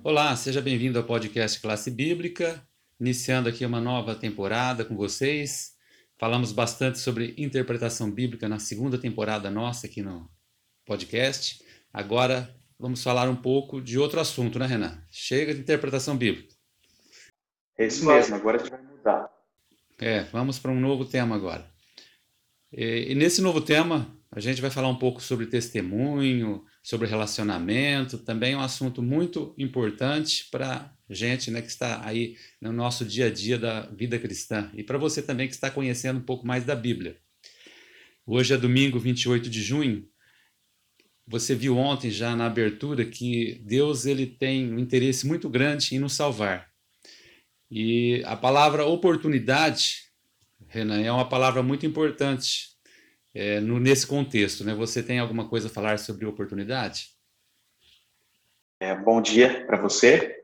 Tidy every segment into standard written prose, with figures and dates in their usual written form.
Olá, seja bem-vindo ao podcast Classe Bíblica, iniciando aqui uma nova temporada com vocês. Falamos bastante sobre interpretação bíblica na segunda temporada nossa aqui no podcast. Agora vamos falar um pouco de outro assunto, né, Renan? Chega de interpretação bíblica. É isso mesmo, agora a gente vai mudar. Vamos para um novo tema agora. E nesse novo tema, a gente vai falar um pouco sobre testemunho, sobre relacionamento, também é um assunto muito importante para a gente, né, que está aí no nosso dia a dia da vida cristã e para você também que está conhecendo um pouco mais da Bíblia. Hoje é domingo, 28 de junho. Você viu ontem já na abertura que Deus ele tem um interesse muito grande em nos salvar. E a palavra oportunidade, Renan, é uma palavra muito importante nesse contexto, né? Você tem alguma coisa a falar sobre oportunidade? Bom dia para você.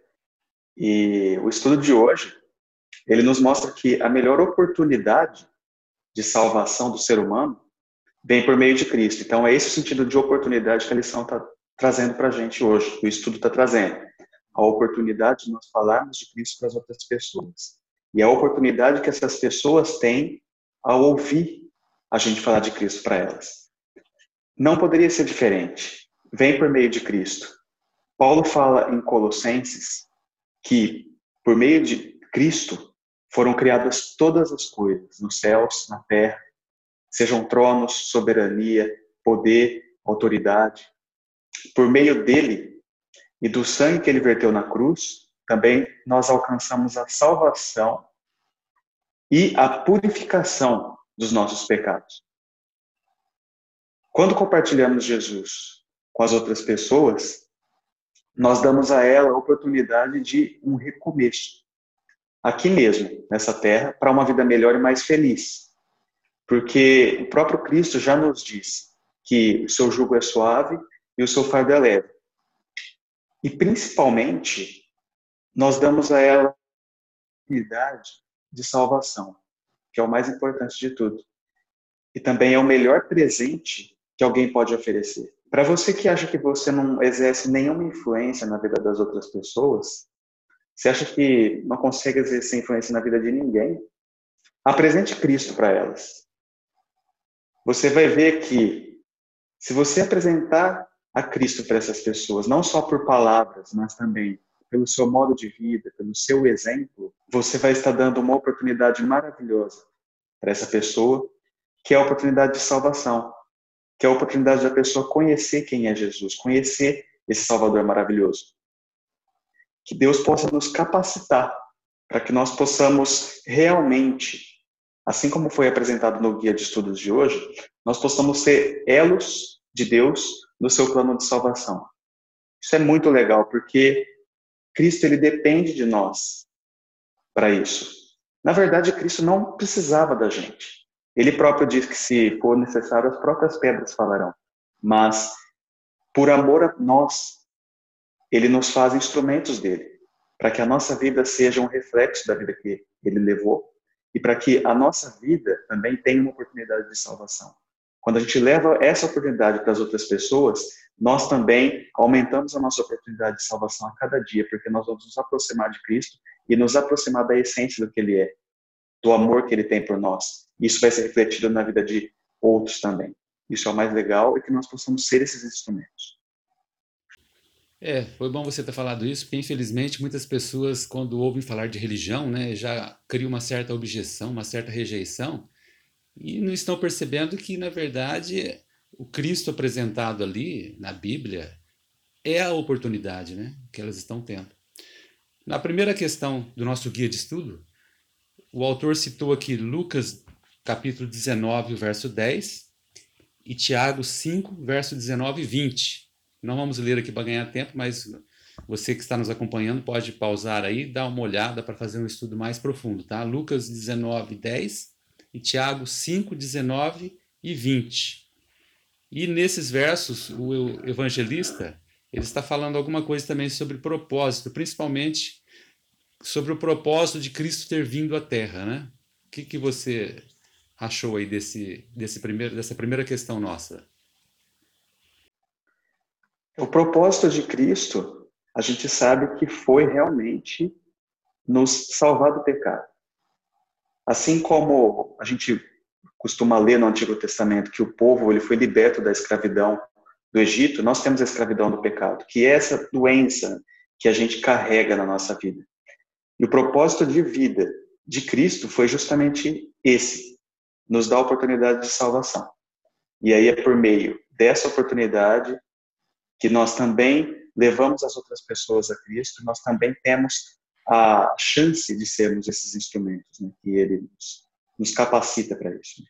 E o estudo de hoje, ele nos mostra que a melhor oportunidade de salvação do ser humano vem por meio de Cristo. Então, é esse o sentido de oportunidade que a lição está trazendo para a gente hoje, o estudo está trazendo. A oportunidade de nós falarmos de Cristo para as outras pessoas. E a oportunidade que essas pessoas têm ao ouvir a gente falar de Cristo para elas. Não poderia ser diferente. Vem por meio de Cristo. Paulo fala em Colossenses que, por meio de Cristo, foram criadas todas as coisas, nos céus, na terra, sejam tronos, soberania, poder, autoridade. Por meio dele e do sangue que ele verteu na cruz, também nós alcançamos a salvação e a purificação dos nossos pecados. Quando compartilhamos Jesus com as outras pessoas, nós damos a ela a oportunidade de um recomeço, aqui mesmo, nessa terra, para uma vida melhor e mais feliz. Porque o próprio Cristo já nos disse que o seu jugo é suave e o seu fardo é leve. E, principalmente, nós damos a ela a oportunidade de salvação, que é o mais importante de tudo. E também é o melhor presente que alguém pode oferecer. Para você que acha que você não exerce nenhuma influência na vida das outras pessoas, você acha que não consegue exercer influência na vida de ninguém, apresente Cristo para elas. Você vai ver que, se você apresentar a Cristo para essas pessoas, não só por palavras, mas também pelo seu modo de vida, pelo seu exemplo, você vai estar dando uma oportunidade maravilhosa para essa pessoa, que é a oportunidade de salvação, que é a oportunidade da pessoa conhecer quem é Jesus, conhecer esse Salvador maravilhoso. Que Deus possa nos capacitar para que nós possamos realmente, assim como foi apresentado no guia de estudos de hoje, nós possamos ser elos de Deus no seu plano de salvação. Isso é muito legal, porque Cristo ele depende de nós para isso. Na verdade, Cristo não precisava da gente. Ele próprio diz que, se for necessário, as próprias pedras falarão. Mas, por amor a nós, ele nos faz instrumentos dele, para que a nossa vida seja um reflexo da vida que ele levou e para que a nossa vida também tenha uma oportunidade de salvação. Quando a gente leva essa oportunidade para as outras pessoas, nós também aumentamos a nossa oportunidade de salvação a cada dia, porque nós vamos nos aproximar de Cristo e nos aproximar da essência do que ele é, do amor que ele tem por nós. Isso vai ser refletido na vida de outros também. Isso é o mais legal, e que nós possamos ser esses instrumentos. Foi bom você ter falado isso, porque infelizmente muitas pessoas, quando ouvem falar de religião, né, já criam uma certa objeção, uma certa rejeição, e não estão percebendo que, na verdade, o Cristo apresentado ali na Bíblia é a oportunidade, né, que elas estão tendo. Na primeira questão do nosso guia de estudo, o autor citou aqui Lucas capítulo 19, verso 10, e Tiago 5, verso 19 e 20. Não vamos ler aqui para ganhar tempo, mas você que está nos acompanhando pode pausar aí, dar uma olhada para fazer um estudo mais profundo, tá? Lucas 19, 10 e Tiago 5, 19 e 20. E nesses versos, o evangelista ele está falando alguma coisa também sobre propósito, principalmente sobre o propósito de Cristo ter vindo à Terra, né? O que você achou aí dessa primeira questão nossa? O propósito de Cristo a gente sabe que foi realmente nos salvar do pecado. Assim como a gente costuma ler no Antigo Testamento que o povo ele foi liberto da escravidão do Egito, nós temos a escravidão do pecado, que é essa doença que a gente carrega na nossa vida. E o propósito de vida de Cristo foi justamente esse, nos dar a oportunidade de salvação. E aí é por meio dessa oportunidade que nós também levamos as outras pessoas a Cristo, nós também temos a chance de sermos esses instrumentos, né, que Ele nos capacita para isso.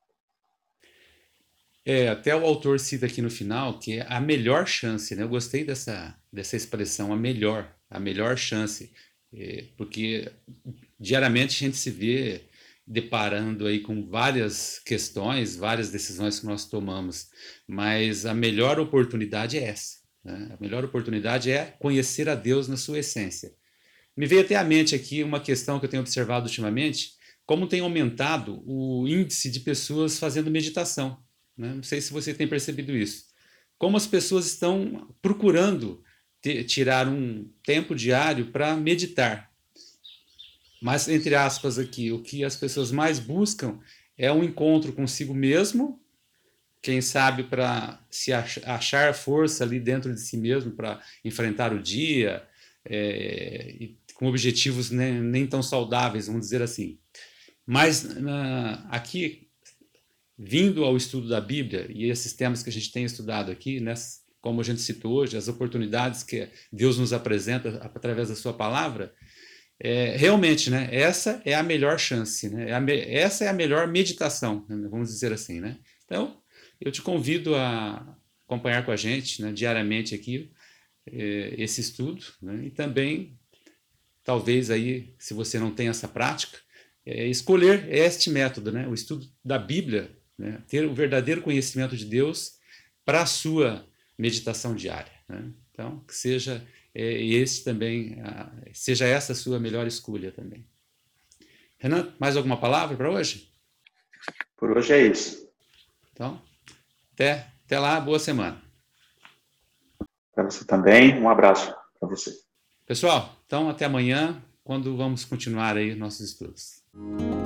Até o autor cita aqui no final que é a melhor chance, né? Eu gostei dessa expressão, a melhor chance, porque diariamente a gente se vê deparando aí com várias questões, várias decisões que nós tomamos, mas a melhor oportunidade é essa, né? A melhor oportunidade é conhecer a Deus na sua essência. Me veio até à mente aqui uma questão que eu tenho observado ultimamente, como tem aumentado o índice de pessoas fazendo meditação, né? Não sei se você tem percebido isso. Como as pessoas estão procurando tirar um tempo diário para meditar. Mas, entre aspas, aqui, o que as pessoas mais buscam é um encontro consigo mesmo, quem sabe para se achar força ali dentro de si mesmo para enfrentar o dia, com objetivos nem tão saudáveis, vamos dizer assim. Mas aqui, vindo ao estudo da Bíblia e esses temas que a gente tem estudado aqui, né, como a gente citou hoje, as oportunidades que Deus nos apresenta através da sua palavra, realmente, né, essa é a melhor chance, né, essa é a melhor meditação, né, vamos dizer assim, né? Então, eu te convido a acompanhar com a gente, né, diariamente aqui esse estudo, né, e também, talvez aí, se você não tem essa prática, escolher este método, né, o estudo da Bíblia, né, ter o verdadeiro conhecimento de Deus para a sua meditação diária, né? Então, que seja esse também, seja essa a sua melhor escolha também. Renan, mais alguma palavra para hoje? Por hoje é isso. Então, até lá, boa semana. Para você também, um abraço para você. Pessoal, então até amanhã, quando vamos continuar aí nossos estudos.